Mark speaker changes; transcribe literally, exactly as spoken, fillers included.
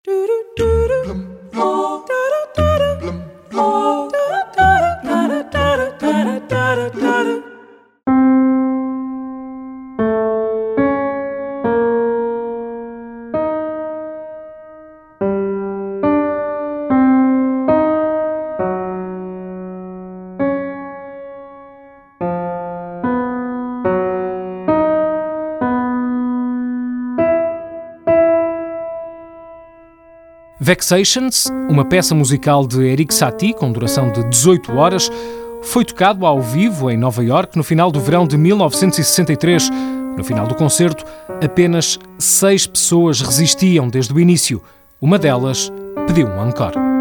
Speaker 1: Vexations, uma peça musical de Erik Satie, com duração de dezoito horas, foi tocado ao vivo em Nova Iorque no final do verão de mil novecentos e sessenta e três. No final do concerto, apenas seis pessoas resistiam desde o início. Uma delas pediu um encore.